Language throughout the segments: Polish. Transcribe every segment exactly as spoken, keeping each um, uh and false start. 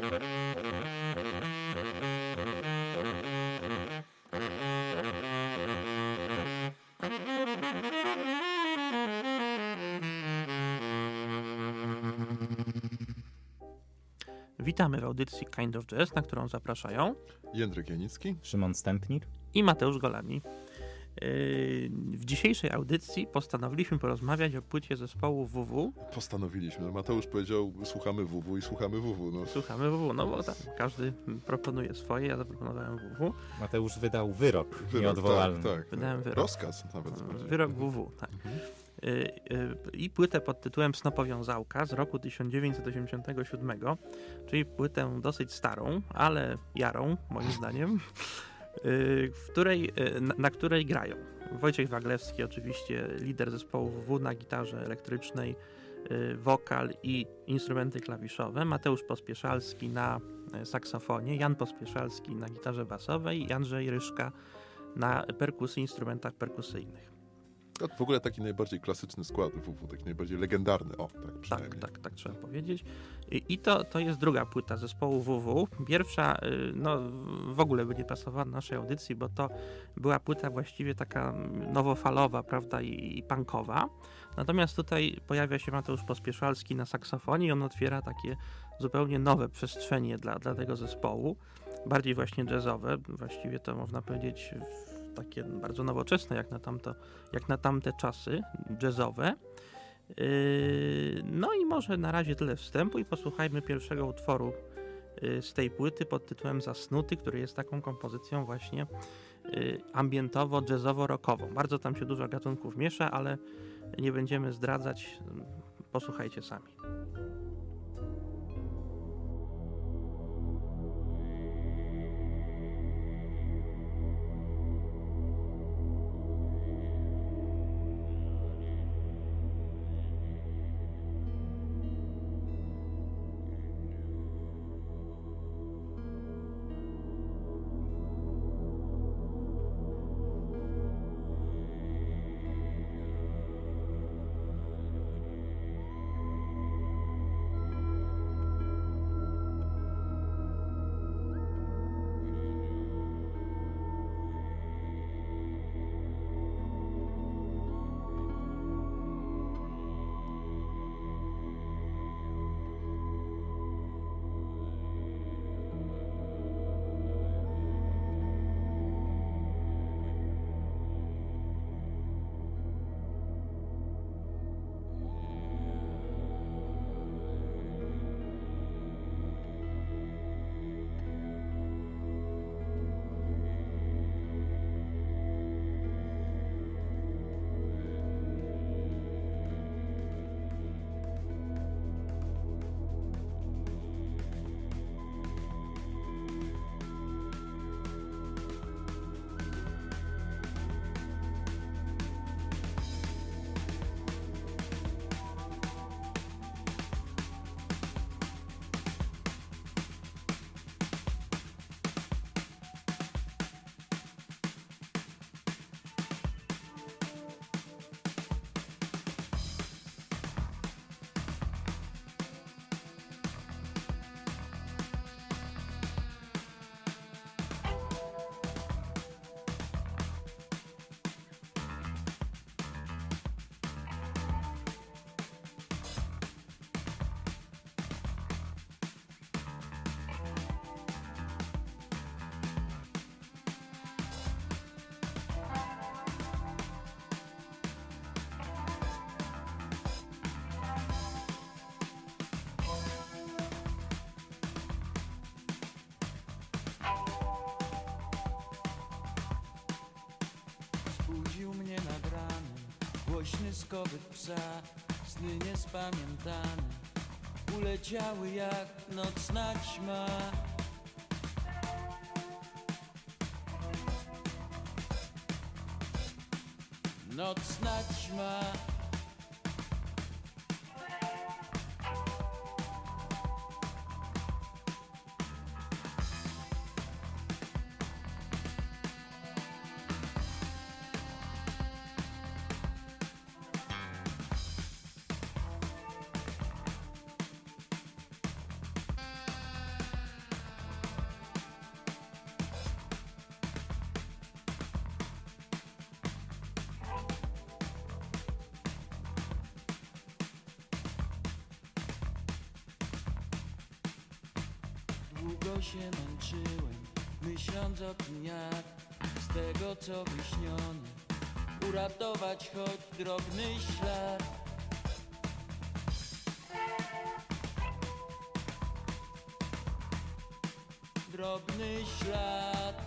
Witamy w audycji Kind of Jazz, na którą zapraszają Jędrek Janicki, Szymon Stępnir i Mateusz Golani. W dzisiejszej audycji postanowiliśmy porozmawiać o płycie zespołu W W. Postanowiliśmy. Mateusz powiedział, słuchamy W W i słuchamy W W. No. Słuchamy W W, no bo tak, każdy proponuje swoje, ja zaproponowałem W W. Mateusz wydał wyrok, wyrok nieodwołalny. Tak, tak. Wydałem wyrok. Rozkaz nawet. Wyrok W W, tak. Mhm. I płytę pod tytułem Snopowiązałka z roku tysiąc dziewięćset osiemdziesiątego siódmego, czyli płytę dosyć starą, ale jarą, moim zdaniem, w której, na, na której grają Wojciech Waglewski, oczywiście lider zespołu W W na gitarze elektrycznej, wokal i instrumenty klawiszowe, Mateusz Pospieszalski na saksofonie, Jan Pospieszalski na gitarze basowej i Andrzej Ryszka na perkusji, instrumentach perkusyjnych. To w ogóle taki najbardziej klasyczny skład W W, taki najbardziej legendarny, o, tak przynajmniej. Tak, tak, tak trzeba powiedzieć. I, i to, to jest druga płyta zespołu W W. Pierwsza, no w ogóle by nie pasowała do naszej audycji, bo to była płyta właściwie taka nowofalowa, prawda, i, i punkowa. Natomiast tutaj pojawia się Mateusz Pospieszalski na saksofonie i on otwiera takie zupełnie nowe przestrzenie dla, dla tego zespołu. Bardziej właśnie jazzowe, właściwie to można powiedzieć takie bardzo nowoczesne, jak na, tamto, jak na tamte czasy, jazzowe. Yy, no i może na razie tyle wstępu i posłuchajmy pierwszego utworu yy, z tej płyty pod tytułem Zasnuty, który jest taką kompozycją właśnie yy, ambientowo-jazzowo-rockową. Bardzo tam się dużo gatunków miesza, ale nie będziemy zdradzać. Posłuchajcie sami. Głośny skowyt psa, sny niespamiętane uleciały jak nocna ćma. Nocna ćma. Długo się męczyłem, myśląc o tym jak z tego co wyśnione uratować choć drobny ślad. Drobny ślad.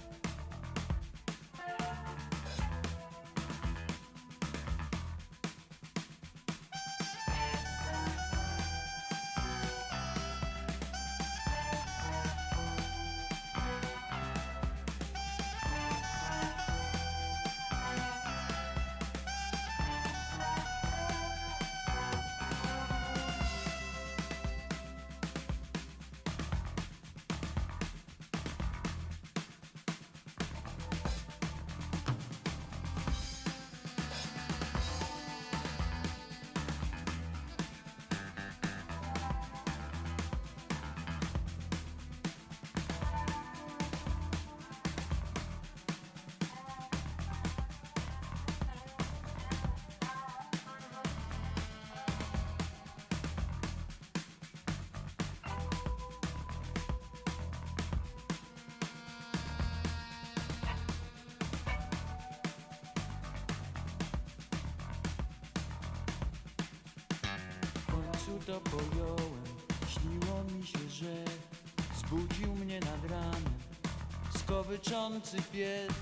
To pojąłem, śniło mi się, że zbudził mnie nad ranem skowyczący pies.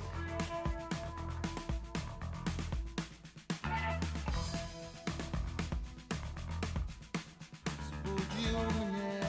Zbudził mnie.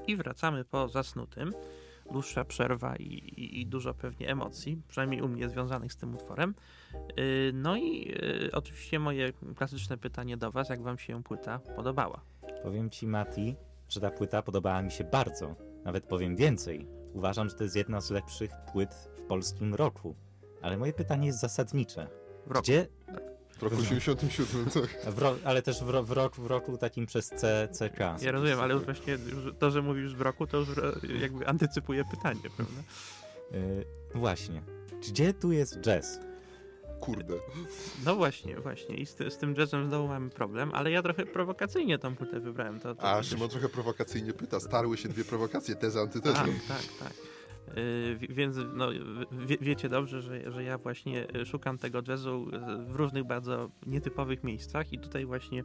I wracamy po Zasnutym. Dłuższa przerwa i, i, i dużo pewnie emocji, przynajmniej u mnie związanych z tym utworem. Yy, no i yy, oczywiście moje klasyczne pytanie do was, jak wam się płyta podobała? Powiem ci, Mati, że ta płyta podobała mi się bardzo. Nawet powiem więcej. Uważam, że to jest jedna z lepszych płyt w polskim rocku. Ale moje pytanie jest zasadnicze. W roku. Gdzie... W roku osiemdziesiątym siódmym, tak. W ro... Ale też w, ro... w, roku, w roku takim przez C, CK. Ja rozumiem, ale już właśnie już to, że mówisz w roku, to już jakby antycypuje pytanie, prawda? Yy, właśnie. Gdzie tu jest jazz? Kurde. No właśnie, właśnie. I z, ty, z tym jazzem znowu mamy problem, ale ja trochę prowokacyjnie tą płytę wybrałem. To, to A, byś... Szymon trochę prowokacyjnie pyta. Starły się dwie prowokacje, teza, antyteza. Tak, tak, tak. Yy, więc no, wie, wiecie dobrze, że, że ja właśnie szukam tego jazzu w różnych bardzo nietypowych miejscach i tutaj właśnie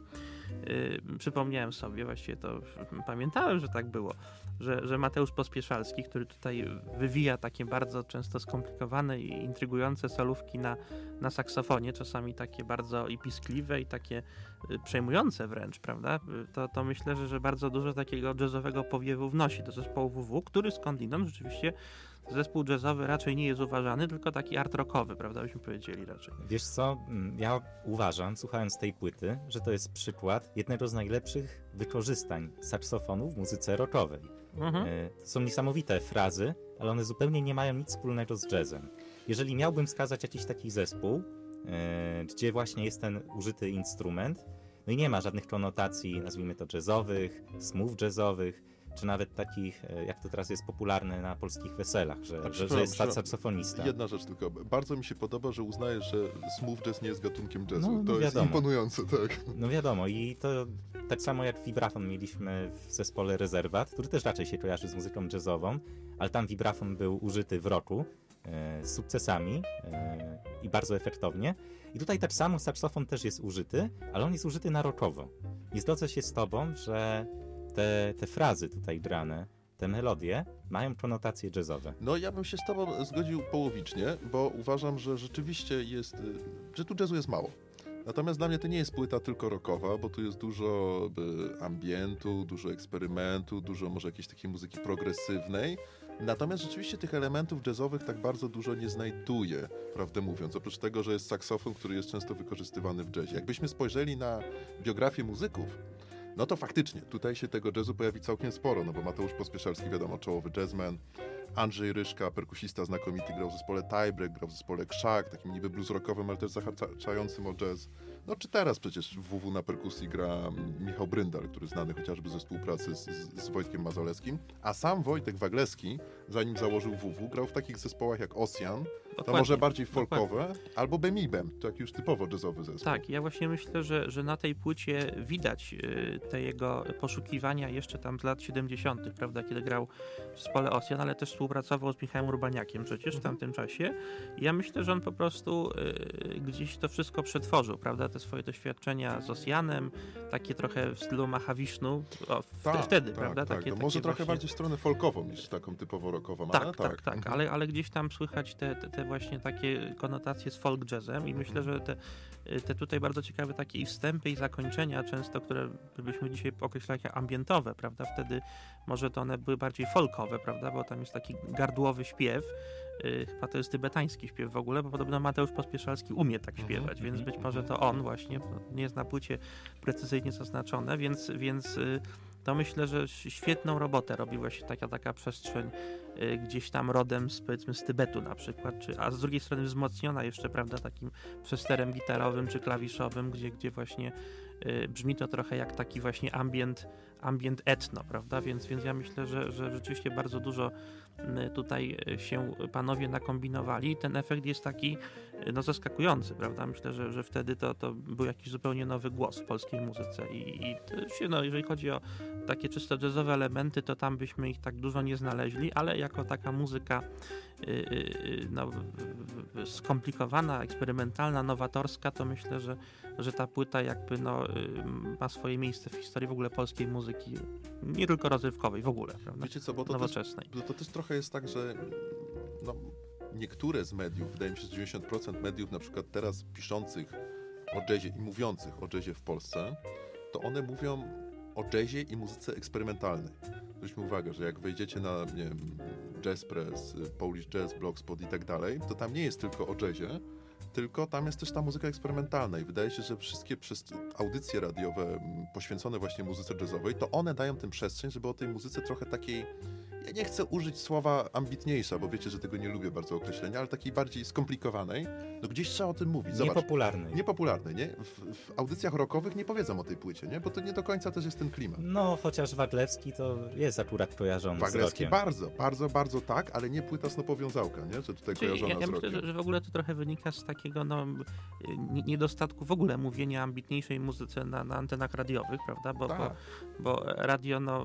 yy, przypomniałem sobie, właściwie to pamiętałem, że tak było, że, że Mateusz Pospieszalski, który tutaj wywija takie bardzo często skomplikowane i intrygujące solówki na, na saksofonie, czasami takie bardzo i piskliwe i takie y, przejmujące wręcz, prawda? To, to myślę, że, że bardzo dużo takiego jazzowego powiewu wnosi do zespołu W W, który skądinąd rzeczywiście zespół jazzowy raczej nie jest uważany, tylko taki art rockowy, prawda, byśmy powiedzieli raczej. Wiesz co, ja uważam, słuchając tej płyty, że to jest przykład jednego z najlepszych wykorzystań saksofonu w muzyce rockowej. Mhm. To są niesamowite frazy, ale one zupełnie nie mają nic wspólnego z jazzem. Jeżeli miałbym wskazać jakiś taki zespół, gdzie właśnie jest ten użyty instrument, no i nie ma żadnych konotacji, nazwijmy to jazzowych, smooth jazzowych, czy nawet takich, jak to teraz jest popularne na polskich weselach, że, że, że jest saksofonista. Jedna rzecz tylko. Bardzo mi się podoba, że uznajesz, że smooth jazz nie jest gatunkiem jazzu. No, no to wiadomo. jest imponujące, tak. No wiadomo i to tak samo jak vibrafon mieliśmy w zespole Rezerwat, który też raczej się kojarzy z muzyką jazzową, ale tam vibrafon był użyty w rocku e, z sukcesami e, i bardzo efektownie. I tutaj tak samo saksofon też jest użyty, ale on jest użyty na rockowo. Nie zgodzę się z tobą, że Te, te frazy tutaj grane, te melodie mają konotacje jazzowe. No ja bym się z tobą zgodził połowicznie, bo uważam, że rzeczywiście jest, że tu jazzu jest mało. Natomiast dla mnie to nie jest płyta tylko rockowa, bo tu jest dużo ambientu, dużo eksperymentu, dużo może jakiejś takiej muzyki progresywnej. Natomiast rzeczywiście tych elementów jazzowych tak bardzo dużo nie znajduje, prawdę mówiąc. Oprócz tego, że jest saksofon, który jest często wykorzystywany w jazzie. Jakbyśmy spojrzeli na biografię muzyków, no to faktycznie, tutaj się tego jazzu pojawi całkiem sporo, no bo Mateusz Pospieszalski, wiadomo, czołowy jazzman, Andrzej Ryszka, perkusista znakomity, grał w zespole Tiebreak, grał w zespole Krzak, takim niby blues rockowym, ale też zahaczającym o jazz. No czy teraz przecież w W W na perkusji gra Michał Bryndal, który znany chociażby ze współpracy z, z, z Wojtkiem Mazolewskim, a sam Wojtek Wagleski, zanim założył W W, grał w takich zespołach jak Ossian, to może bardziej folkowe, dokładnie. Albo Bemibem, to jak już typowo jazzowy zespół. Tak, ja właśnie myślę, że, że na tej płycie widać y, te jego poszukiwania jeszcze tam z lat siedemdziesiątych, prawda, kiedy grał w zespole Ossian, ale też współpracował z Michałem Urbaniakiem przecież w tamtym czasie. I ja myślę, że on po prostu y, gdzieś to wszystko przetworzył, prawda, te swoje doświadczenia z Ossianem, takie trochę w stylu Mahavishnu, o, w, tak, wtedy, tak, prawda? Tak, takie, to takie może trochę właśnie... bardziej w stronę folkową niż taką typowo rockową. Tak, ale tak, tak, tak, mhm. ale, ale gdzieś tam słychać te, te, te właśnie takie konotacje z folk jazzem i myślę, że te, te tutaj bardzo ciekawe takie i wstępy i zakończenia często, które byśmy dzisiaj określali jak ambientowe, prawda? Wtedy może to one były bardziej folkowe, prawda? Bo tam jest taki gardłowy śpiew, yy, chyba to jest tybetański śpiew w ogóle, bo podobno Mateusz Pospieszalski umie tak śpiewać, mm-hmm. więc być może to on właśnie, nie jest na płycie precyzyjnie zaznaczone, więc, więc yy, to myślę, że świetną robotę robi właśnie taka, taka przestrzeń y, gdzieś tam rodem z, powiedzmy, z Tybetu na przykład, czy, a z drugiej strony wzmocniona jeszcze, prawda, takim przesterem gitarowym czy klawiszowym, gdzie, gdzie właśnie y, brzmi to trochę jak taki właśnie ambient, ambient etno, prawda, więc, więc ja myślę, że, że rzeczywiście bardzo dużo y, tutaj się panowie nakombinowali. Ten efekt jest taki y, no zaskakujący, prawda, myślę, że, że wtedy to, to był jakiś zupełnie nowy głos w polskiej muzyce i, i się, no, jeżeli chodzi o takie czysto jazzowe elementy, to tam byśmy ich tak dużo nie znaleźli, ale jako taka muzyka yy, yy, no, skomplikowana, eksperymentalna, nowatorska, to myślę, że, że ta płyta jakby no, yy, ma swoje miejsce w historii w ogóle polskiej muzyki, nie tylko rozrywkowej, w ogóle, prawda? Wiecie co, bo to nowoczesnej. Też, to też trochę jest tak, że no, niektóre z mediów, wydaje mi się, że dziewięćdziesiąt procent mediów na przykład teraz piszących o jazzie i mówiących o jazzie w Polsce, to one mówią o jazzie i muzyce eksperymentalnej. zwróćmy uwagę, że jak wejdziecie na, nie wiem, Jazz Press, Polish Jazz, Blogspot i tak dalej, to tam nie jest tylko o jazzie, tylko tam jest też ta muzyka eksperymentalna i wydaje się, że wszystkie przez audycje radiowe poświęcone właśnie muzyce jazzowej, to one dają tym przestrzeń, żeby o tej muzyce trochę takiej, ja nie chcę użyć słowa ambitniejsza, bo wiecie, że tego nie lubię bardzo określenia, ale takiej bardziej skomplikowanej, no gdzieś trzeba o tym mówić. Zobacz, Niepopularnej. Niepopularnej, nie? W, w audycjach rockowych nie powiedzą o tej płycie, nie? Bo to nie do końca też jest ten klimat. No, chociaż Waglewski to jest akurat kojarzony Waglewski z rockiem. bardzo, bardzo, bardzo tak, ale nie płyta Snopowiązałka, nie? Że tutaj Czyli kojarzona ja, ja z myślę, rockiem. że, że w ogóle to trochę wynika z takiego no, niedostatku w ogóle mówienia o ambitniejszej muzyce na, na antenach radiowych, prawda? Bo, Tak. bo, bo radio no,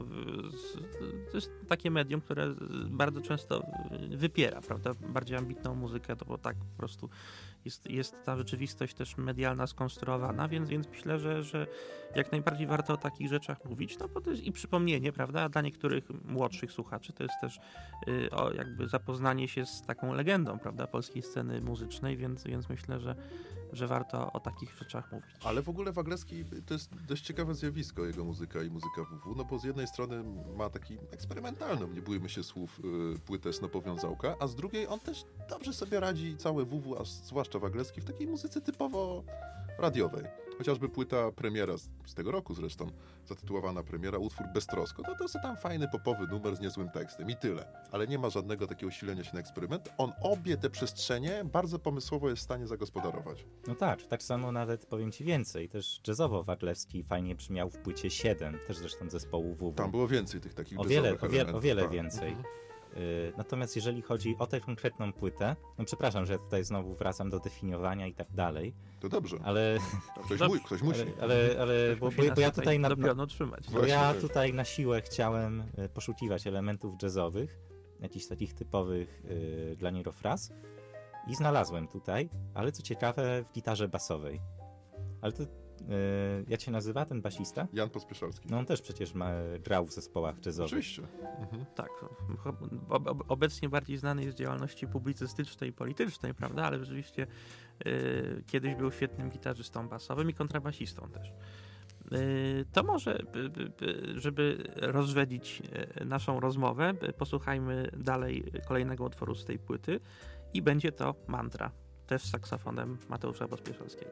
to jest takie medium, które bardzo często wypiera, prawda? Bardziej ambitną muzykę, to bo tak po prostu jest, jest ta rzeczywistość też medialna skonstruowana, więc, więc myślę, że, że jak najbardziej warto o takich rzeczach mówić, no bo to jest i przypomnienie, prawda? Dla niektórych młodszych słuchaczy to jest też y, o, jakby zapoznanie się z taką legendą, prawda? Polskiej sceny muzycznej, więc, więc myślę, że, że warto o takich rzeczach mówić. Ale w ogóle Waglewski to jest dość ciekawe zjawisko, jego muzyka i muzyka W W, no bo z jednej strony ma taki eksperymentalną, nie bójmy się słów, y, płytę Snopowiązałka, a z drugiej on też dobrze sobie radzi całe W W, a zwłaszcza Waglewski, w takiej muzyce typowo radiowej. Chociażby płyta Premiera z, z tego roku zresztą, zatytułowana Premiera, utwór Beztrosko, no to jest tam fajny popowy numer z niezłym tekstem i tyle. Ale nie ma żadnego takiego silenia się na eksperyment. On obie te przestrzenie bardzo pomysłowo jest w stanie zagospodarować. No tak, tak samo nawet powiem ci więcej. Też jazzowo Waglewski fajnie brzmiał w płycie siedem, też zresztą zespołu W W. Tam było więcej tych takich O wiele, jazzowych o wiele, elementów, o wiele tak. więcej. Mhm. Y, Natomiast jeżeli chodzi o tę konkretną płytę, no przepraszam, że ja tutaj znowu wracam do definiowania i tak dalej, To dobrze. ale, Ktoś, Dobrze. mu, ktoś musi. ale, ale, ale bo, Musi bo, nas bo ja tutaj na, do na, pionu trzymać. bo Właśnie ja tak. tutaj na siłę chciałem y, poszukiwać elementów jazzowych, jakichś takich typowych y, dla niego fraz i znalazłem tutaj, ale co ciekawe w gitarze basowej. Ale to, y, jak się nazywa ten basista? Jan Pospieszalski. No on też przecież ma, grał w zespołach jazzowych. Oczywiście. Mhm. Tak, ob, ob, obecnie bardziej znany jest z działalności publicystycznej i politycznej, prawda, ale rzeczywiście y, kiedyś był świetnym gitarzystą basowym i kontrabasistą też. Y, to może, by, by, by, żeby rozwedlić y, naszą rozmowę, y, posłuchajmy dalej kolejnego utworu z tej płyty i będzie to Mantra, też z saksofonem Mateusza Pospieszalskiego.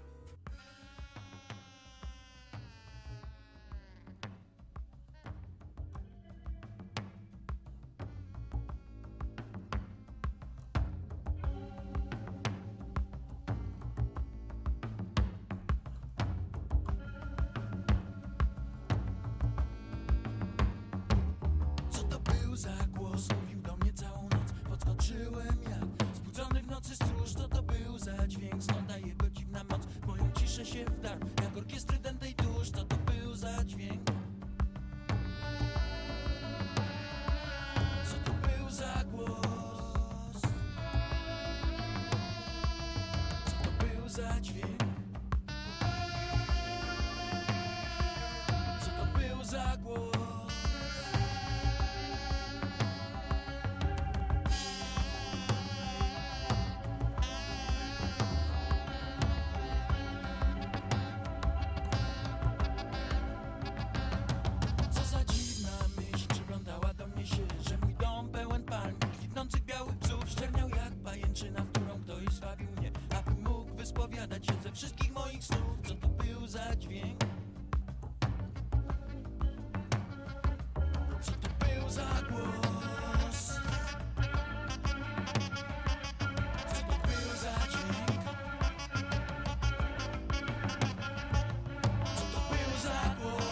Co to był za głos? Mówił do mnie całą noc. Podskoczyłem jak zbudzony w nocy stróż. Co to był za dźwięk? Skąd ta jego dziwna moc? W moją ciszę się wdarł jak orkiestry dętej tuż. Co to był za dźwięk? Co to był za głos? Co to był za dźwięk? Co to był za głos? Co za dziwna myśl przyglądała do mnie się, że mój dom pełen palm, kwitnących białych psów, szczerniał jak pajęczyna, w którą ktoś zwabił mnie, abym mógł wyspowiadać się ze wszystkich moich snów. Co to był za dźwięk? Co to był za głos? Co to był za dźwięk? Co to był za głos?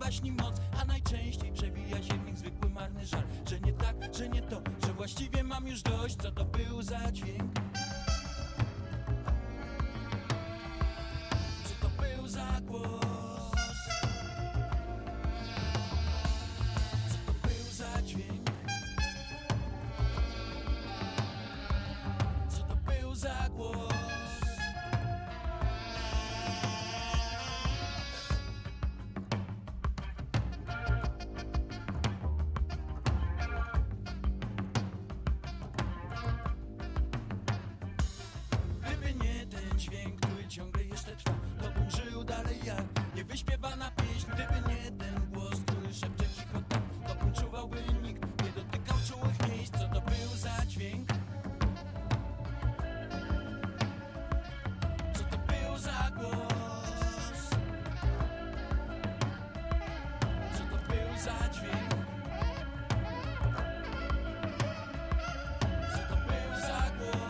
baśni moc, a najczęściej przewija się w nich zwykły marny żal, że nie tak, że nie to, że właściwie mam już dość. Co to był za dźwięk? Co to był za głos? Co to był za dźwięk? Co to był za głos? Niewyśpiewana pieśń, gdyby nie ten głos, który szepcze cicho tak, to uczuwałby nikt, nie dotykał czułych miejsc. Co to był za dźwięk? Co to był za głos? Co to był za dźwięk? Co to był za głos?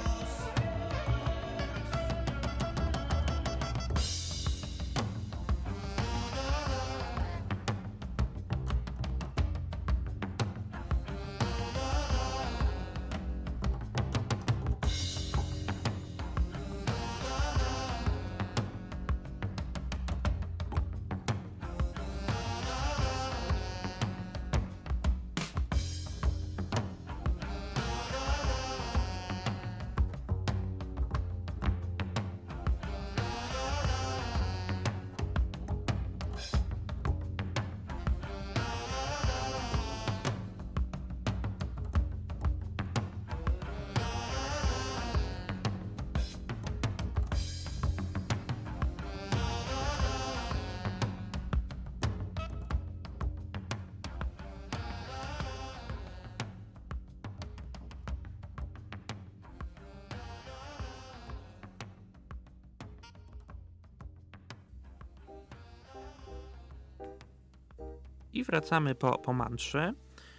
I wracamy po, po mantrze.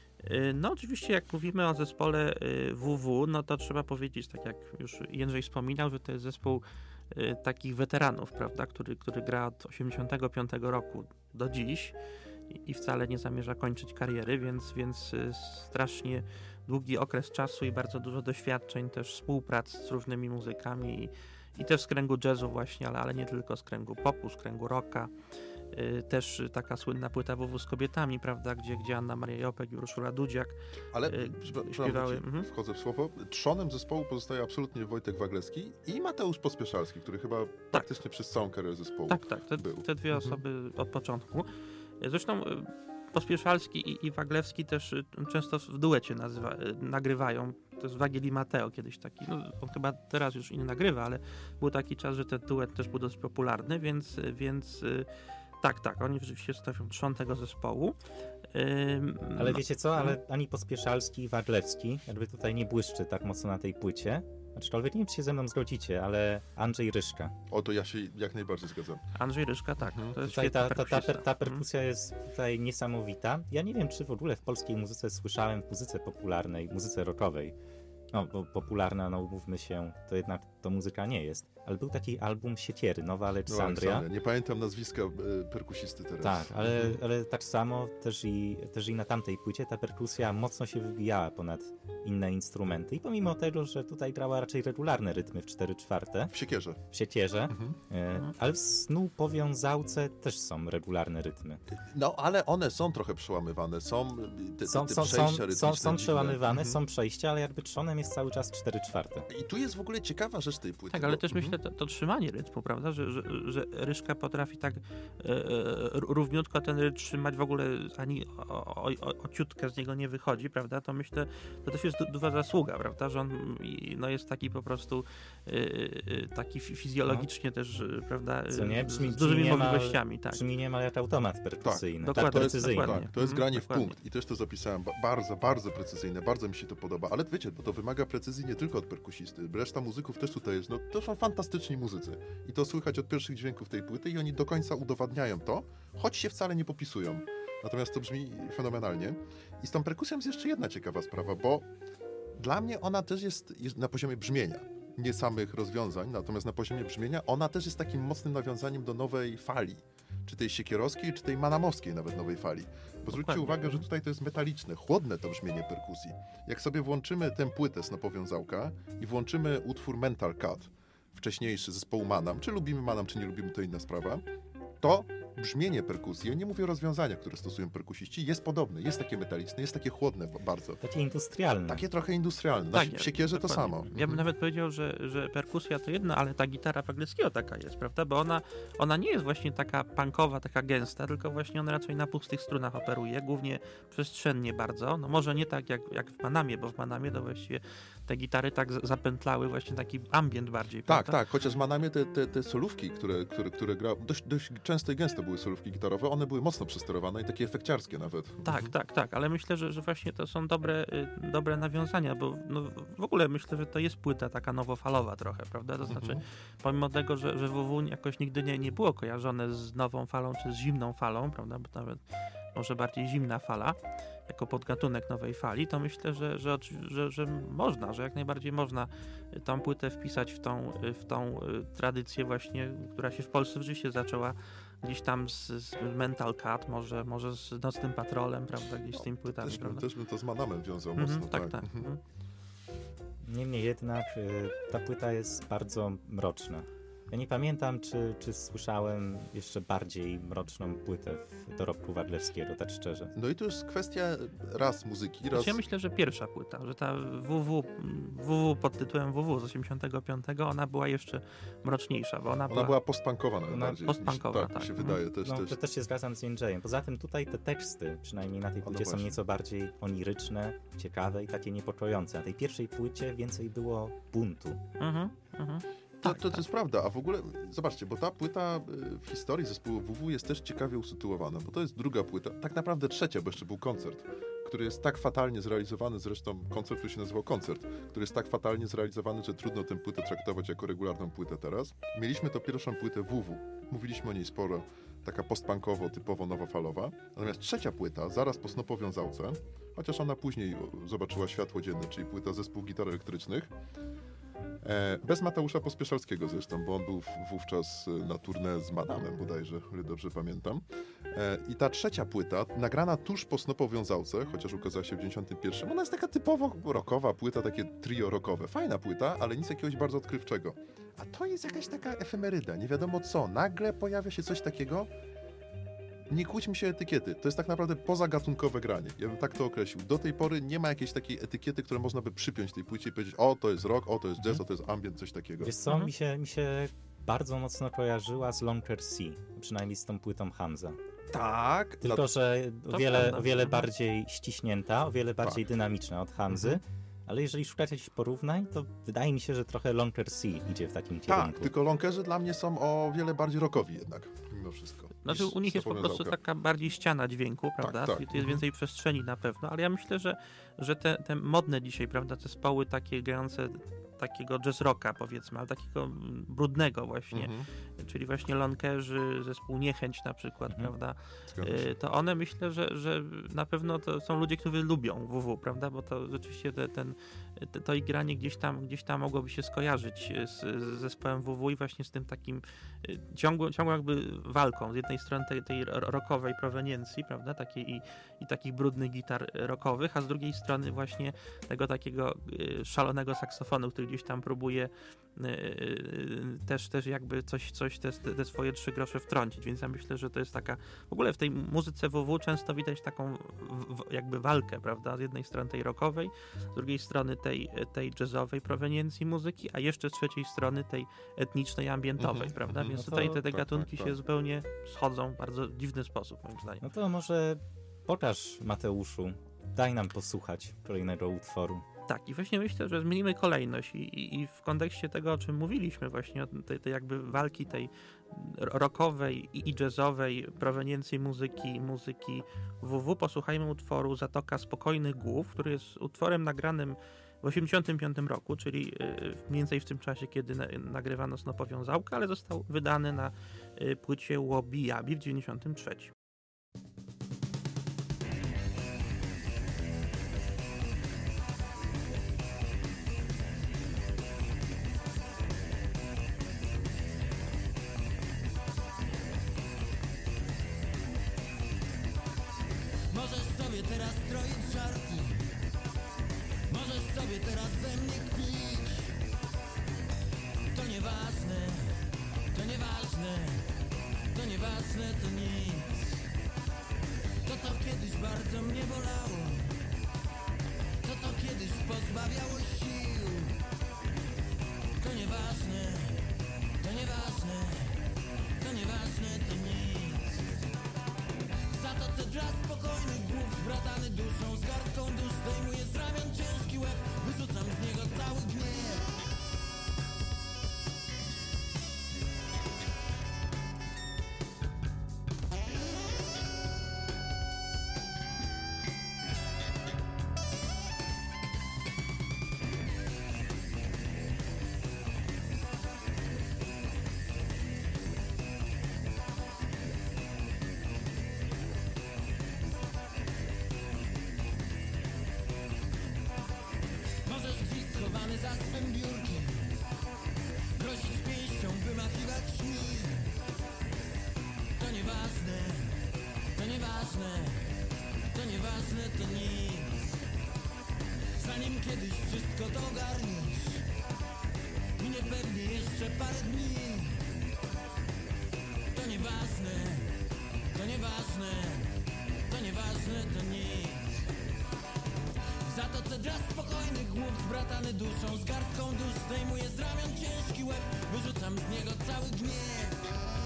No oczywiście jak mówimy o zespole W W, no to trzeba powiedzieć, tak jak już Jędrzej wspominał, że to jest zespół takich weteranów, prawda, który, który gra od osiemdziesiątego piątego roku do dziś i wcale nie zamierza kończyć kariery, więc, więc strasznie długi okres czasu i bardzo dużo doświadczeń, też współprac z różnymi muzykami i, i też z kręgu jazzu właśnie, ale, ale nie tylko z kręgu popu, z kręgu rocka. Też taka słynna płyta W W z kobietami, prawda, gdzie, gdzie Anna Maria Jopek i Urszula Dudziak Ale y, śpiewały. Mhm. Wchodzę w słowo. Trzonem zespołu pozostaje absolutnie Wojtek Wagleski i Mateusz Pospieszalski, który chyba tak. praktycznie przez całą karierę zespołu Tak, tak, te, był. te dwie osoby mhm. od początku. Zresztą Pospieszalski i, i Waglewski też często w duecie nazywa, nagrywają. To jest Wagiel i Mateo kiedyś taki, no on chyba teraz już nie nagrywa, ale był taki czas, że ten duet też był dosyć popularny, więc, więc tak, tak, oni rzeczywiście stawią trzon tego zespołu. Ym, ale wiecie co, ale ani Pospieszalski i Waglewski jakby tutaj nie błyszczy tak mocno na tej płycie. Aczkolwiek nie wiem, czy się ze mną zgodzicie, ale Andrzej Ryszka. O, to ja się jak najbardziej zgadzam. Andrzej Ryszka, tak. Mhm. To jest tutaj ta, ta, ta, per, ta perkusja mhm. jest tutaj niesamowita. Ja nie wiem, czy w ogóle w polskiej muzyce słyszałem, w muzyce popularnej, muzyce rockowej, no bo popularna, no umówmy się, to jednak to muzyka nie jest. Ale był taki album Siekiery, Nowa Aleksandria. No, nie pamiętam nazwiska e, perkusisty teraz. Tak, ale, ale tak samo też i, też i na tamtej płycie ta perkusja mocno się wybijała ponad inne instrumenty. I pomimo tego, że tutaj grała raczej regularne rytmy w cztery czwarte. W siekierze. W siekierze. Mhm. E, ale w snu powiązałce też są regularne rytmy. No, ale one są trochę przełamywane. Są te, są, te są, przejścia są, rytmiczne. Są, są przełamywane, mhm. są przejścia, ale jakby trzonem jest cały czas cztery czwarte. I tu jest w ogóle ciekawa rzecz tej płyty. Tak, ale bo... też myślę, to, to trzymanie rytmu, prawda, że, że, że Ryszka potrafi tak e, równiutko ten rytm trzymać, w ogóle ani o, o, o, o ciutkę z niego nie wychodzi, prawda, to myślę, to też jest du- duża zasługa, prawda, że on no, jest taki po prostu e, taki fizjologicznie no. też, prawda, Co nie? Brzmi, z dużymi niemal, możliwościami. Tak. Brzmi niemal jak automat perkusyjny. Tak, tak, dokładnie, precyzyjny. Tak, to jest granie mhm, w punkt i też to zapisałem. Ba- bardzo, bardzo precyzyjne, bardzo mi się to podoba, ale wiecie, bo to wymaga precyzji nie tylko od perkusisty, reszta muzyków też tutaj jest, no to są fantastyczni muzycy i to słychać od pierwszych dźwięków tej płyty i oni do końca udowadniają to, choć się wcale nie popisują. Natomiast to brzmi fenomenalnie. I z tą perkusją jest jeszcze jedna ciekawa sprawa, bo dla mnie ona też jest, jest na poziomie brzmienia. nie samych rozwiązań, natomiast na poziomie brzmienia ona też jest takim mocnym nawiązaniem do nowej fali. Czy tej siekierowskiej, czy tej manamowskiej nawet nowej fali. Bo zwróćcie uwagę, że tutaj to jest metaliczne, chłodne to brzmienie perkusji. Jak sobie włączymy tę płytę Snopowiązałka i włączymy utwór Mental Cut, wcześniejszy zespołu Manam, czy lubimy Manam, czy nie lubimy, to inna sprawa, to brzmienie perkusji, ja nie mówię o rozwiązaniach, które stosują perkusiści, jest podobne, jest takie metaliczne, jest takie chłodne bardzo. Takie industrialne. Takie trochę industrialne. Tak, Na siekierze to samo. Ja bym Mhm. nawet powiedział, że, że perkusja to jedno, ale ta gitara Pawleckiego taka jest, prawda? Bo ona, ona nie jest właśnie taka punkowa, taka gęsta, tylko właśnie ona raczej na pustych strunach operuje, głównie przestrzennie bardzo. No może nie tak jak, jak w Manamie, bo w Manamie to właściwie te gitary tak z- zapętlały właśnie taki ambient bardziej, Tak, prawda? tak, chociaż w Manamie te, te, te solówki, które, które, które gra, dość, dość często i gęsto były solówki gitarowe, one były mocno przesterowane i takie efekciarskie nawet. Tak, tak, tak, ale myślę, że, że właśnie to są dobre, y, dobre nawiązania, bo no, w ogóle myślę, że to jest płyta taka nowofalowa trochę, prawda? To znaczy, Mhm. pomimo tego, że, że W W jakoś nigdy nie, nie było kojarzone z nową falą czy z zimną falą, prawda? Bo nawet może bardziej zimna fala, jako podgatunek nowej fali, to myślę, że, że, oczy- że, że można, że jak najbardziej można tą płytę wpisać w tą, w tą y, tradycję właśnie, która się w Polsce rzeczywiście zaczęła gdzieś tam z, z Mental Cut, może, może z Nocnym Patrolem, prawda, gdzieś z tymi płytami, Też bym, prawda? też bym to z Manamem wiązał Mhm, mocno. tak, tak. Mhm. Mhm. Niemniej jednak y, ta płyta jest bardzo mroczna. Ja nie pamiętam, czy, czy słyszałem jeszcze bardziej mroczną płytę w dorobku Wadlewskiego, tak szczerze. No i to jest kwestia raz muzyki, raz... Znaczy, ja myślę, że pierwsza płyta, że ta W W, W W pod tytułem W W z osiemdziesiątego piątego, ona była jeszcze mroczniejsza, bo ona, Ona była postpunkowa Ona najbardziej. postpunkowa, niż, tak, tak. mi się Mhm. wydaje też. No, też. to też się zgadzam z Jędrzejem. Poza tym tutaj te teksty, przynajmniej na tej płycie, są właśnie. nieco bardziej oniryczne, ciekawe i takie niepokojące. Na tej pierwszej płycie więcej było buntu. Mhm, mhm. To, Tak, to, to tak. jest prawda, a w ogóle, zobaczcie, bo ta płyta y, w historii zespołu W W jest też ciekawie usytuowana, bo to jest druga płyta, tak naprawdę trzecia, bo jeszcze był koncert, który jest tak fatalnie zrealizowany, zresztą koncert, który się nazywał Koncert, który jest tak fatalnie zrealizowany, że trudno tę płytę traktować jako regularną płytę teraz. Mieliśmy to pierwszą płytę W W, mówiliśmy o niej sporo, taka postpunkowo, typowo nowofalowa, natomiast trzecia płyta, zaraz po Snopowiązałce, chociaż ona później o, zobaczyła światło dzienne, czyli płyta Zespół Gitar Elektrycznych, E, bez Mateusza Pospieszalskiego zresztą, bo on był w, wówczas na tournée z Manamem bodajże, o ile dobrze pamiętam. E, I ta trzecia płyta, nagrana tuż po Snopowiązałce, chociaż ukazała się w dziewięćdziesiątym pierwszym, ona jest taka typowo rockowa płyta, takie trio rockowe. Fajna płyta, ale nic jakiegoś bardzo odkrywczego. A to jest jakaś taka efemeryda, nie wiadomo co. Nagle pojawia się coś takiego. Nie kłóćmy się etykiety. To jest tak naprawdę pozagatunkowe granie. Ja bym tak to określił. Do tej pory nie ma jakiejś takiej etykiety, które można by przypiąć tej płycie i powiedzieć, o, to jest rock, o, to jest jazz, o, to jest ambient, coś takiego. Wiesz co, Mhm. mi, się, mi się bardzo mocno kojarzyła z Longer Sea, przynajmniej z tą płytą Hamza. Tak. Tylko, że o To wiele, prawda. o wiele Mhm. bardziej ściśnięta, o wiele bardziej Tak. dynamiczna od Hamzy. Mhm. Ale jeżeli szukać jakichś porównań, to wydaje mi się, że trochę Longer Sea idzie w takim Tak, kierunku. tylko lonkerzy dla mnie są o wiele bardziej rockowi jednak, mimo wszystko. Znaczy niż u nich jest po prostu Snopowiązałka. taka bardziej ściana dźwięku, prawda? tak. I tu jest Mhm. więcej przestrzeni na pewno, ale ja myślę, że, że te, te modne dzisiaj, prawda, te zespoły takie grające takiego jazz rocka powiedzmy, ale takiego mm, brudnego właśnie, Mhm. czyli właśnie lonkerzy, zespół Niechęć na przykład, Mhm. prawda? Zgadzam się. Y, to one myślę, że, że na pewno to są ludzie, którzy lubią W W, prawda? Bo to rzeczywiście te, ten, te, to ich granie gdzieś tam, gdzieś tam mogłoby się skojarzyć z, z zespołem W W i właśnie z tym takim y, ciągłą, ciągłą jakby walką z jednej strony tej, tej rockowej proweniencji, prawda? Takiej i, i takich brudnych gitar rockowych, a z drugiej strony właśnie tego takiego y, szalonego saksofonu, który gdzieś tam próbuje y, y, też, też jakby coś, coś te, te swoje trzy grosze wtrącić, więc ja myślę, że to jest taka w ogóle w tej muzyce W W często widać taką w, w, jakby walkę, prawda? Z jednej strony tej rockowej, z drugiej strony tej, tej jazzowej proweniencji muzyki, a jeszcze z trzeciej strony tej etnicznej, ambientowej, Mhm, prawda? mhm. Więc No tutaj to- te, te tak, gatunki tak, się tak. zupełnie schodzą w bardzo dziwny sposób, moim zdaniem. No to może pokaż, Mateuszu, daj nam posłuchać kolejnego utworu. Tak, i właśnie myślę, że zmienimy kolejność i, i, i w kontekście tego, o czym mówiliśmy właśnie, o tej, tej jakby walki tej rockowej i, i jazzowej proweniencji muzyki, muzyki W W, posłuchajmy utworu Zatoka Spokojnych Głów, który jest utworem nagranym w osiemdziesiątym piątym roku, czyli y, mniej więcej w tym czasie, kiedy na, nagrywano Snopowiązałkę, ale został wydany na y, płycie Łobi Jabi w dziewięćdziesiątym trzecim. Możesz sobie teraz stroić żarty, możesz sobie teraz ze mnie kpić. To nieważne, to nieważne, to nieważne, to nic. To co kiedyś bardzo mnie bolało, to co kiedyś pozbawiało sił. To nieważne, to nieważne, to nieważne, to nic. W zatoce dla spokojnych głów, zbratany duszą, z garstką dusz zdejmuję z ramion ciężki łeb, wyrzucam z niego cały gniew. Za swym biurkiem grozić pięścią, wymachiwać mi. To nieważne, to nieważne, to nieważne, to nic. Zanim kiedyś wszystko to ogarniesz, minie pewnie jeszcze parę dni. To nieważne, to nieważne, to nieważne, to nic. W zatoce dla spokojnych głów, zbratany duszą, z garstką dusz zdejmuję z ramion ciężki łeb, wyrzucam z niego cały gniew.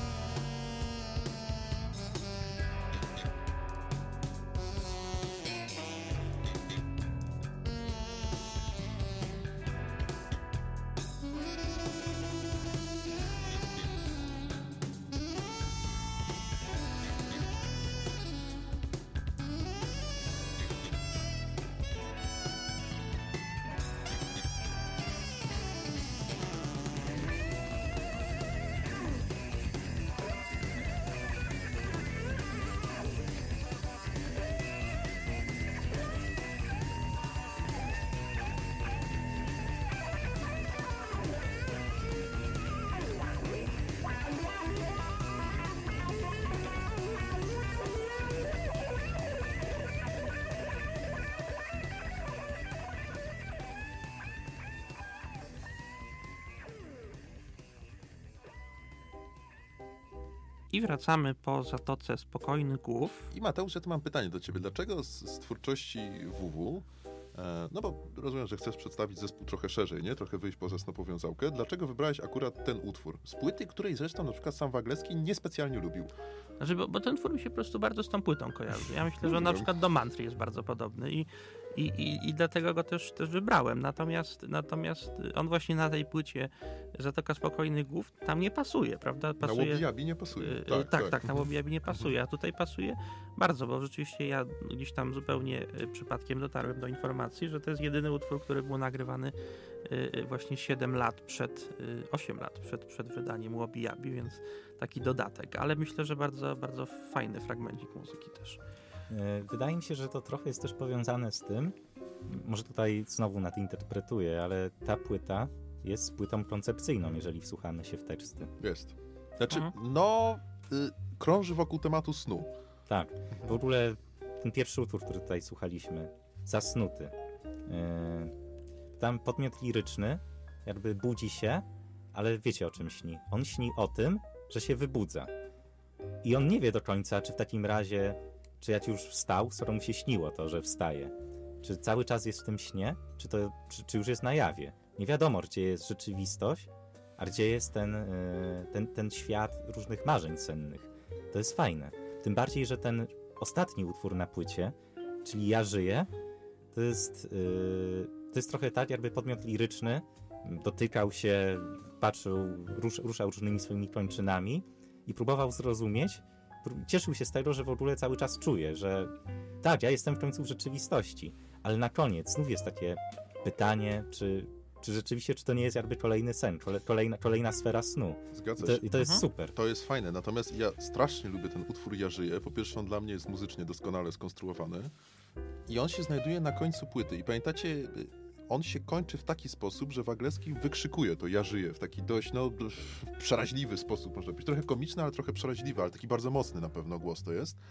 I wracamy po Zatoce Spokojnych Głów. I Mateusz, ja tu mam pytanie do ciebie. Dlaczego z, z twórczości W W, e, no bo rozumiem, że chcesz przedstawić zespół trochę szerzej, nie? Trochę wyjść poza Snopowiązałkę. Dlaczego wybrałeś akurat ten utwór? Z płyty, której zresztą na przykład sam Wagleski niespecjalnie lubił. Znaczy, bo, bo ten twór mi się po prostu bardzo z tą płytą kojarzy. Ja myślę, że on na przykład do Mantry jest bardzo podobny i, i, i, i dlatego go też, też wybrałem. Natomiast, natomiast on właśnie na tej płycie Zatoka Spokojnych Głów tam nie pasuje, prawda? Pasuje, na Łobijabi nie pasuje. Yy, tak, tak, tak, tak, na Łobijabi nie pasuje, a tutaj pasuje bardzo, bo rzeczywiście ja gdzieś tam zupełnie przypadkiem dotarłem do informacji, że to jest jedyny utwór, który był nagrywany yy, właśnie siedem lat przed, yy, osiem lat przed, przed wydaniem Łobijabi, więc taki dodatek, ale myślę, że bardzo, bardzo fajny fragmencik muzyki też. Wydaje mi się, że to trochę jest też powiązane z tym, może tutaj znowu nadinterpretuję, ale ta płyta jest płytą koncepcyjną, jeżeli wsłuchamy się w teksty. Jest. Znaczy, mhm. no, y, krąży wokół tematu snu. Tak. W ogóle ten pierwszy utwór, który tutaj słuchaliśmy, Zasnuty. Yy, tam podmiot liryczny jakby budzi się, ale wiecie o czym śni. On śni o tym, że się wybudza. I on nie wie do końca, czy w takim razie, czy jak już wstał, skoro mu się śniło to, że wstaje. Czy cały czas jest w tym śnie, czy, to, czy, czy już jest na jawie. Nie wiadomo, gdzie jest rzeczywistość, a gdzie jest ten, ten, ten świat różnych marzeń sennych. To jest fajne. Tym bardziej, że ten ostatni utwór na płycie, czyli Ja żyję, to jest, to jest trochę tak, jakby podmiot liryczny dotykał się, patrzył, rusz, ruszał różnymi swoimi kończynami i próbował zrozumieć, cieszył się z tego, że w ogóle cały czas czuje, że tak, ja jestem w końcu w rzeczywistości, ale na koniec znów jest takie pytanie, czy, czy rzeczywiście, czy to nie jest jakby kolejny sen, kolejna, kolejna sfera snu. Zgadza się. I to, i to jest mhm. super. To jest fajne, natomiast ja strasznie lubię ten utwór Ja żyję. Po pierwsze, on dla mnie jest muzycznie doskonale skonstruowany i on się znajduje na końcu płyty. I pamiętacie, on się kończy w taki sposób, że Wagleski wykrzykuje to Ja żyję w taki dość, no, przeraźliwy sposób, można powiedzieć. Trochę komiczny, ale trochę przeraźliwy, ale taki bardzo mocny na pewno głos to jest.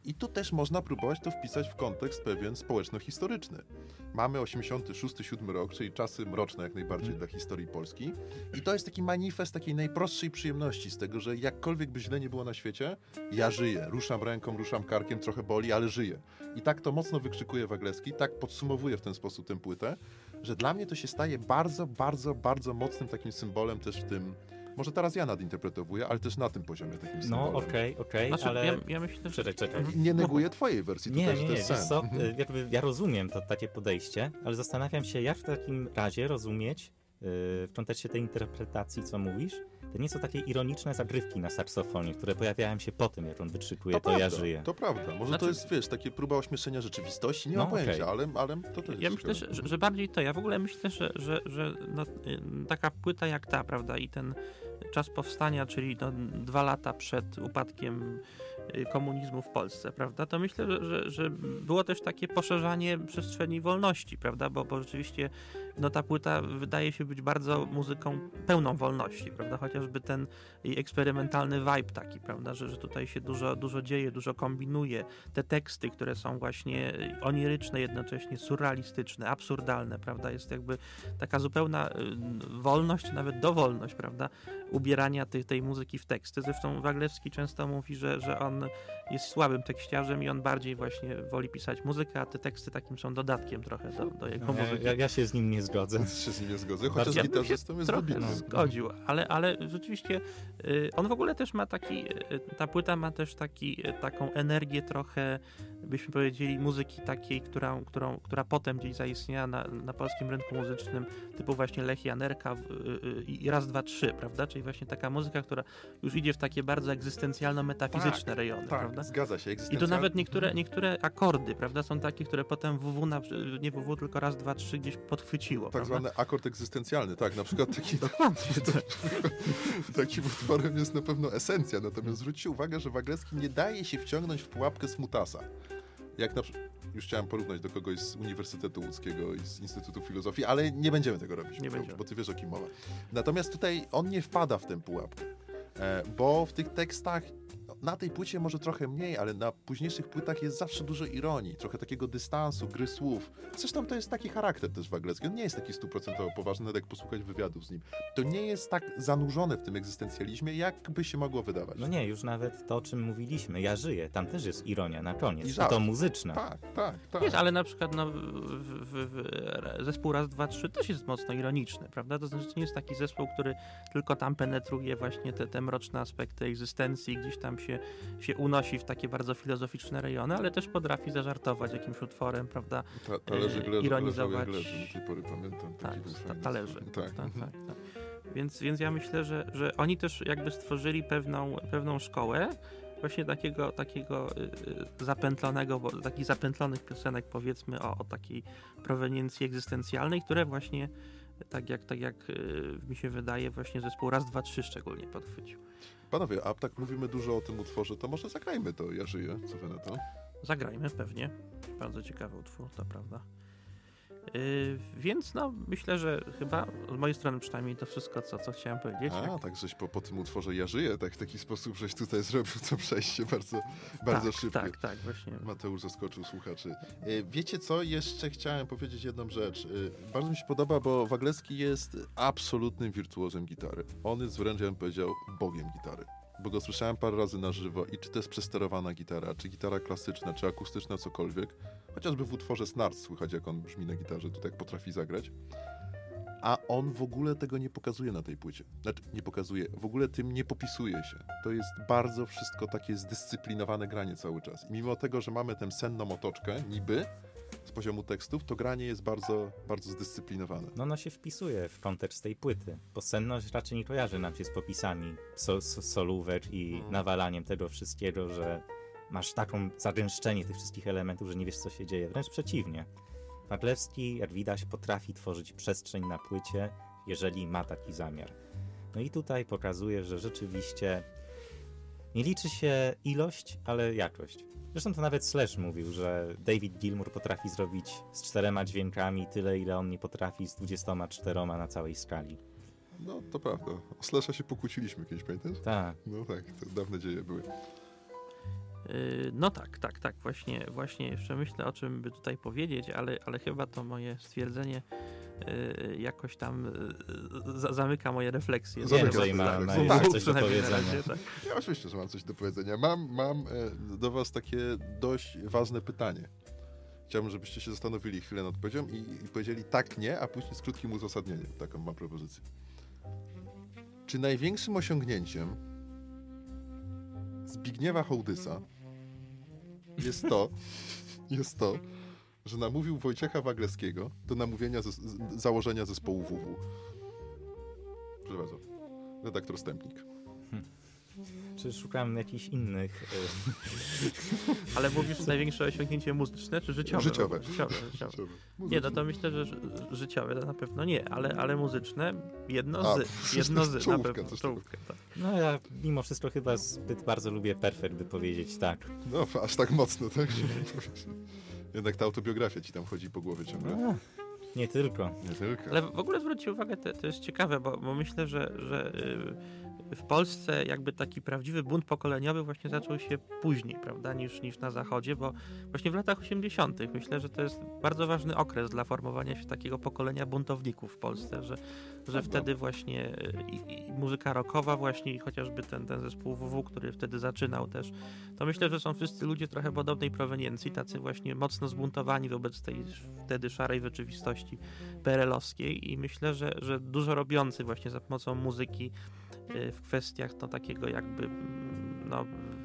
I tu też można próbować to wpisać w kontekst pewien społeczno-historyczny. Mamy osiemdziesiąty szósty siódmy rok, czyli czasy mroczne jak najbardziej dla historii Polski. I to jest taki manifest takiej najprostszej przyjemności z tego, że jakkolwiek by źle nie było na świecie, ja żyję. Ruszam ręką, ruszam karkiem, trochę boli, ale żyję. I tak to mocno wykrzykuje Wagleski, tak podsumowuje w ten sposób tę płytę, że dla mnie to się staje bardzo, bardzo, bardzo mocnym takim symbolem też w tym. Może teraz ja nadinterpretowuję, ale też na tym poziomie takim symbolem. No okej, okay, okej, okay, znaczy, ale... Ja, ja myślę, że... Czekaj, czekaj. Nie neguję twojej wersji, to nie, też nie, to nie, jest wiesz sen. co, jakby ja rozumiem to takie podejście, ale zastanawiam się, jak w takim razie rozumieć yy, w kontekście tej interpretacji, co mówisz, te nieco takie ironiczne zagrywki na saksofonie, które pojawiają się po tym, jak on wykrzykuje, to, to prawda, ja żyję. To prawda, może znaczy... to jest, wiesz, takie próba ośmieszenia rzeczywistości, nie no, mam pojęcia, okay. ale, ale to też Ja myślę, że, że bardziej to, ja w ogóle myślę, że, że, że no, taka płyta jak ta, prawda, i ten czas powstania, czyli no, dwa lata przed upadkiem komunizmu w Polsce, prawda, to myślę, że, że, że było też takie poszerzanie przestrzeni wolności, prawda, bo, bo rzeczywiście no, ta płyta wydaje się być bardzo muzyką pełną wolności, prawda, chociażby ten jej eksperymentalny vibe taki, prawda, że, że tutaj się dużo, dużo dzieje, dużo kombinuje, te teksty, które są właśnie oniryczne, jednocześnie surrealistyczne, absurdalne, prawda, jest jakby taka zupełna wolność, nawet dowolność, prawda, ubierania tej, tej muzyki w teksty. Zresztą Waglewski często mówi, że, że on jest słabym tekściarzem i on bardziej właśnie woli pisać muzykę, a te teksty takim są dodatkiem trochę do, do jego ja, muzyki. Ja, ja się z nim nie zgodzę. się z nim nie zgodzę, chociaż ja gitarzystą jest trochę wybitny. zgodził, ale, ale rzeczywiście y, on w ogóle też ma taki, y, ta płyta ma też taki, y, taką energię trochę, byśmy powiedzieli, muzyki takiej, którą, którą, która potem gdzieś zaistniała na, na polskim rynku muzycznym, typu właśnie Lech Janerka y, y, i raz, dwa, trzy, prawda? Czyli właśnie taka muzyka, która już idzie w takie bardzo egzystencjalno-metafizyczne tak, rejony, tak, prawda? Zgadza się. I tu nawet niektóre, niektóre akordy, prawda, są takie, które potem W W, na, nie W W, tylko raz, dwa, trzy gdzieś podchwyciło, tak prawda? zwany akord egzystencjalny, tak, na przykład taki Dokładnie, tak. takim utworem jest na pewno esencja, natomiast zwróćcie uwagę, że Wagleski nie daje się wciągnąć w pułapkę Smutasa. Jak na przykład, już chciałem porównać do kogoś z Uniwersytetu Łódzkiego i z Instytutu Filozofii, ale nie będziemy tego robić, Nie bo, będziemy. bo ty wiesz, o kim mowa. Natomiast tutaj on nie wpada w tę pułapkę, e, bo w tych tekstach, na tej płycie może trochę mniej, ale na późniejszych płytach jest zawsze dużo ironii, trochę takiego dystansu, gry słów. Zresztą to jest taki charakter też Waglecki. On nie jest taki stuprocentowo poważny, nawet jak posłuchać wywiadów z nim. To nie jest tak zanurzone w tym egzystencjalizmie, jakby się mogło wydawać. No nie, już nawet to, o czym mówiliśmy, ja żyję, tam też jest ironia na I koniec, i żart. to muzyczna. Tak, tak, tak. Jest, ale na przykład no, w, w, w, zespół raz, dwa, trzy też jest mocno ironiczny, prawda? To znaczy to nie jest taki zespół, który tylko tam penetruje właśnie te, te mroczne aspekty egzystencji, gdzieś tam się, się unosi w takie bardzo filozoficzne rejony, ale też potrafi zażartować jakimś utworem, prawda? Ta, talerzyk leży, ironizować. leżał jak leży, do tej pory pamiętam. Tak, Taki był ta, fajny. talerze. Tak. Tak, tak, tak. Więc, więc ja myślę, że, że oni też jakby stworzyli pewną, pewną szkołę właśnie takiego, takiego y, zapętlonego, bo takich zapętlonych piosenek, powiedzmy o, o takiej proweniencji egzystencjalnej, które właśnie tak jak, tak jak y, mi się wydaje, właśnie zespół raz, dwa, trzy szczególnie podchwycił. Panowie, a tak mówimy dużo o tym utworze, to może zagrajmy to Ja żyję, co wy na to? Zagrajmy pewnie. Bardzo ciekawy utwór, to prawda. Yy, więc no, myślę, że chyba z mojej strony przynajmniej to wszystko, co, co chciałem powiedzieć. A, Jak... tak żeś po, po tym utworze Ja żyję, tak w taki sposób, żeś tutaj zrobił to przejście bardzo, bardzo tak, szybko. Tak, tak, właśnie. Mateusz zaskoczył słuchaczy. E, Wiecie co? Jeszcze chciałem powiedzieć jedną rzecz. E, Bardzo mi się podoba, bo Wagleski jest absolutnym wirtuozem gitary. On jest wręcz, ja bym powiedział, bogiem gitary. Bo go słyszałem parę razy na żywo i czy to jest przesterowana gitara, czy gitara klasyczna, czy akustyczna, cokolwiek. Chociażby w utworze Snarc słychać, jak on brzmi na gitarze, tutaj jak potrafi zagrać. A on w ogóle tego nie pokazuje na tej płycie. Znaczy, nie pokazuje, w ogóle tym nie popisuje się. To jest bardzo wszystko takie zdyscyplinowane granie cały czas. I mimo tego, że mamy tę senną otoczkę, niby, z poziomu tekstów, to granie jest bardzo, bardzo zdyscyplinowane. No ono się wpisuje w kontekst tej płyty, bo senność raczej nie kojarzy nam się z popisami sol, sol, solówek i Mm. nawalaniem tego wszystkiego, że masz taką zagęszczenie tych wszystkich elementów, że nie wiesz, co się dzieje. Wręcz przeciwnie. Waglewski, jak widać, potrafi tworzyć przestrzeń na płycie, jeżeli ma taki zamiar. No i tutaj pokazuje, że rzeczywiście nie liczy się ilość, ale jakość. Zresztą to nawet Slash mówił, że David Gilmour potrafi zrobić z czterema dźwiękami tyle, ile on nie potrafi z dwudziestoma czteroma na całej skali. No, to prawda. O Slasha się pokłóciliśmy kiedyś, pamiętasz? Tak. No tak, to dawne dzieje były. No tak, tak, tak. Właśnie, właśnie jeszcze myślę, o czym by tutaj powiedzieć, ale, ale chyba to moje stwierdzenie jakoś tam za, zamyka moje refleksje. Zamyka nie, ma, ma tak, coś do powiedzenia. Razie, tak. Ja oczywiście, że mam coś do powiedzenia. Mam, mam do was takie dość ważne pytanie. Chciałbym, żebyście się zastanowili chwilę nad odpowiedzią i, i powiedzieli tak, nie, a później z krótkim uzasadnieniem. Taką mam propozycję. Czy największym osiągnięciem Zbigniewa Hołdysa jest to, jest to, że namówił Wojciecha Waglewskiego do namówienia ze, z, założenia zespołu W W. Proszę bardzo. Redaktor Stępnik. Hmm. Czy szukam jakichś innych... Ale mówisz, że największe osiągnięcie muzyczne, czy życiowe? Życiowe. Życiowe, życiowe. życiowe. Nie, no to myślę, że życiowe to na pewno nie, ale, ale muzyczne jedno z. A, jedno z, czołówka, na pewno. Czołówkę, tak. No ja mimo wszystko chyba zbyt bardzo lubię Perfekt, by powiedzieć tak. No, aż tak mocno, tak? Jednak ta autobiografia ci tam chodzi po głowie ciągle. No, nie tylko. Nie tylko. Ale w ogóle zwróćcie uwagę, to, to jest ciekawe, bo, bo myślę, że, że w Polsce jakby taki prawdziwy bunt pokoleniowy właśnie zaczął się później, prawda, niż, niż na Zachodzie, bo właśnie w latach osiemdziesiątych myślę, że to jest bardzo ważny okres dla formowania się takiego pokolenia buntowników w Polsce, że, że wtedy właśnie i, i muzyka rockowa właśnie i chociażby ten, ten zespół W W, który wtedy zaczynał też, to myślę, że są wszyscy ludzie trochę podobnej proweniencji, tacy właśnie mocno zbuntowani wobec tej wtedy szarej rzeczywistości perelowskiej i myślę, że, że dużo robiący właśnie za pomocą muzyki w kwestiach no, takiego jakby no,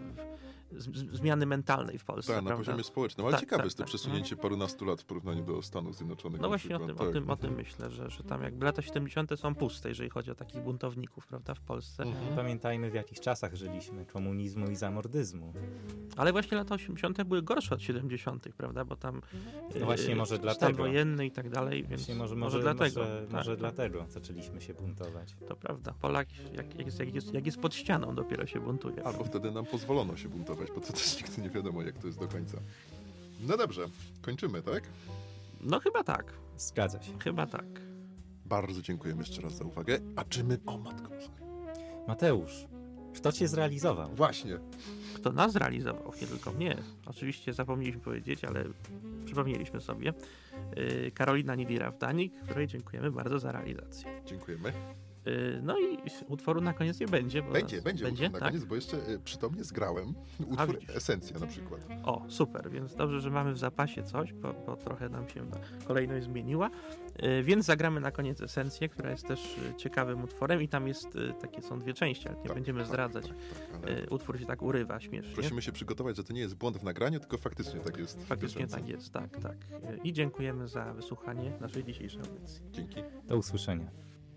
z, zmiany mentalnej w Polsce. Tak, na prawda? poziomie społecznym. Ale tak, ciekawe tak, jest to tak, przesunięcie no. parunastu lat w porównaniu do Stanów Zjednoczonych. No właśnie o tym, tak. o, tym, o tym myślę, że, że tam jakby lata siedemdziesiąte są puste, jeżeli chodzi o takich buntowników, prawda, w Polsce. Mhm. Pamiętajmy, w jakich czasach żyliśmy, komunizmu i zamordyzmu. Ale właśnie lata osiemdziesiąte były gorsze od siedemdziesiątych, prawda, bo tam no właśnie yy, może stan dlatego. wojenny i tak dalej, więc właśnie może, może, może dlatego. Może, tak. może dlatego zaczęliśmy się buntować. To prawda, Polak jak, jak, jest, jak, jest, jak jest pod ścianą dopiero się buntuje. Albo wtedy nam pozwolono się buntować, bo to też nigdy nie wiadomo, jak to jest do końca. No dobrze, kończymy, tak? No chyba tak. Zgadza się. Chyba tak. Bardzo dziękujemy jeszcze raz za uwagę. A czy my... O matko. Mateusz, kto cię zrealizował? Właśnie. Kto nas zrealizował, nie tylko mnie. Oczywiście zapomnieliśmy powiedzieć, ale przypomnieliśmy sobie. Yy, Karolina Nidira-Wdanik, której dziękujemy bardzo za realizację. Dziękujemy. Yy, no i utworu na koniec nie będzie. Bo Będzie, nas... będzie, będzie utwór na tak? koniec, bo jeszcze y, przytomnie zgrałem utwór widzisz. Esencja na przykład. O, super, więc dobrze, że mamy w zapasie coś, bo, bo trochę nam się kolejność zmieniła. Yy, więc zagramy na koniec Esencję, która jest też yy, ciekawym utworem i tam jest, yy, takie są dwie części, ale nie Tak, będziemy tak, zdradzać. Tak, tak, ale... Yy, utwór się tak urywa śmiesznie. Prosimy się przygotować, że to nie jest błąd w nagraniu, tylko faktycznie tak jest. Faktycznie tak jest, tak, tak. Yy, I dziękujemy za wysłuchanie naszej dzisiejszej audycji. Dzięki. Do usłyszenia.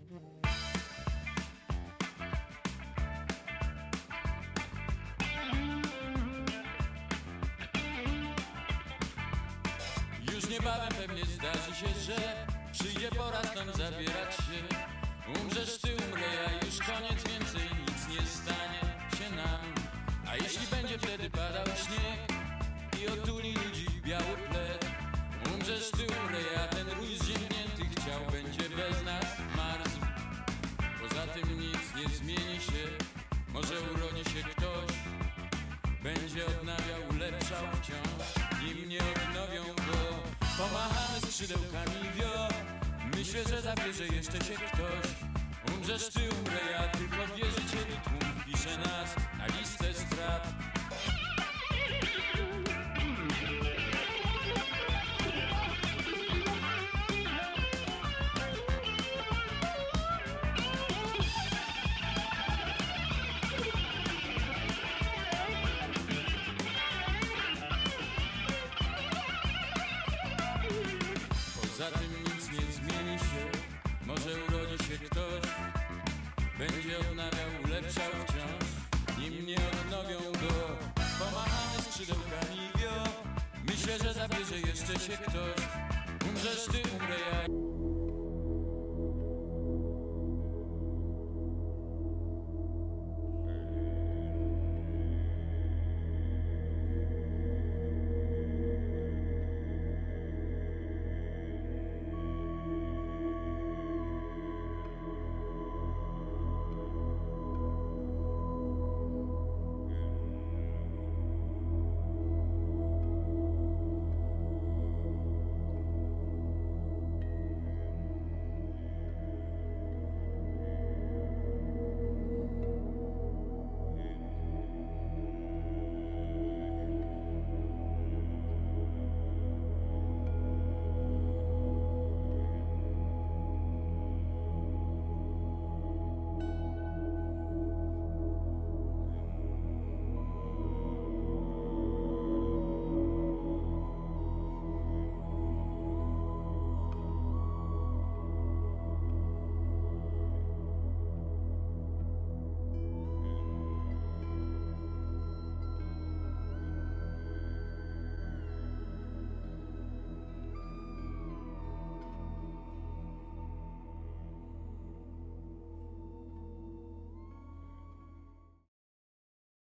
Niebawem pewnie zdarzy się, że przyjdzie pora stąd zabierać się. Umrzesz ty, umrę ja, już koniec, więcej nic nie stanie się nam. A jeśli będzie wtedy padał śnieg i otuli ludzi w biały pled, umrzesz ty, umrę ja, ten rój zziębniętych ciał będzie bez nas marzł. Poza tym nic nie zmieni się, może urodzi się ktoś, będzie odnawiał, ulepszał wciąż, nim nie odnowią go. Pomachamy skrzydełkami wio, myślę, że zabierze jeszcze się ktoś. Umrzesz ty, umrę ja, tylko wierzycieli tłum wpisze nas na listę strat. Poza tym nic nie zmieni się, może urodzi się ktoś, będzie odnawiał, ulepszał wciąż, nim nie odnowią go. Pomachamy skrzydełkami wio, myślę, że zabierze jeszcze się ktoś.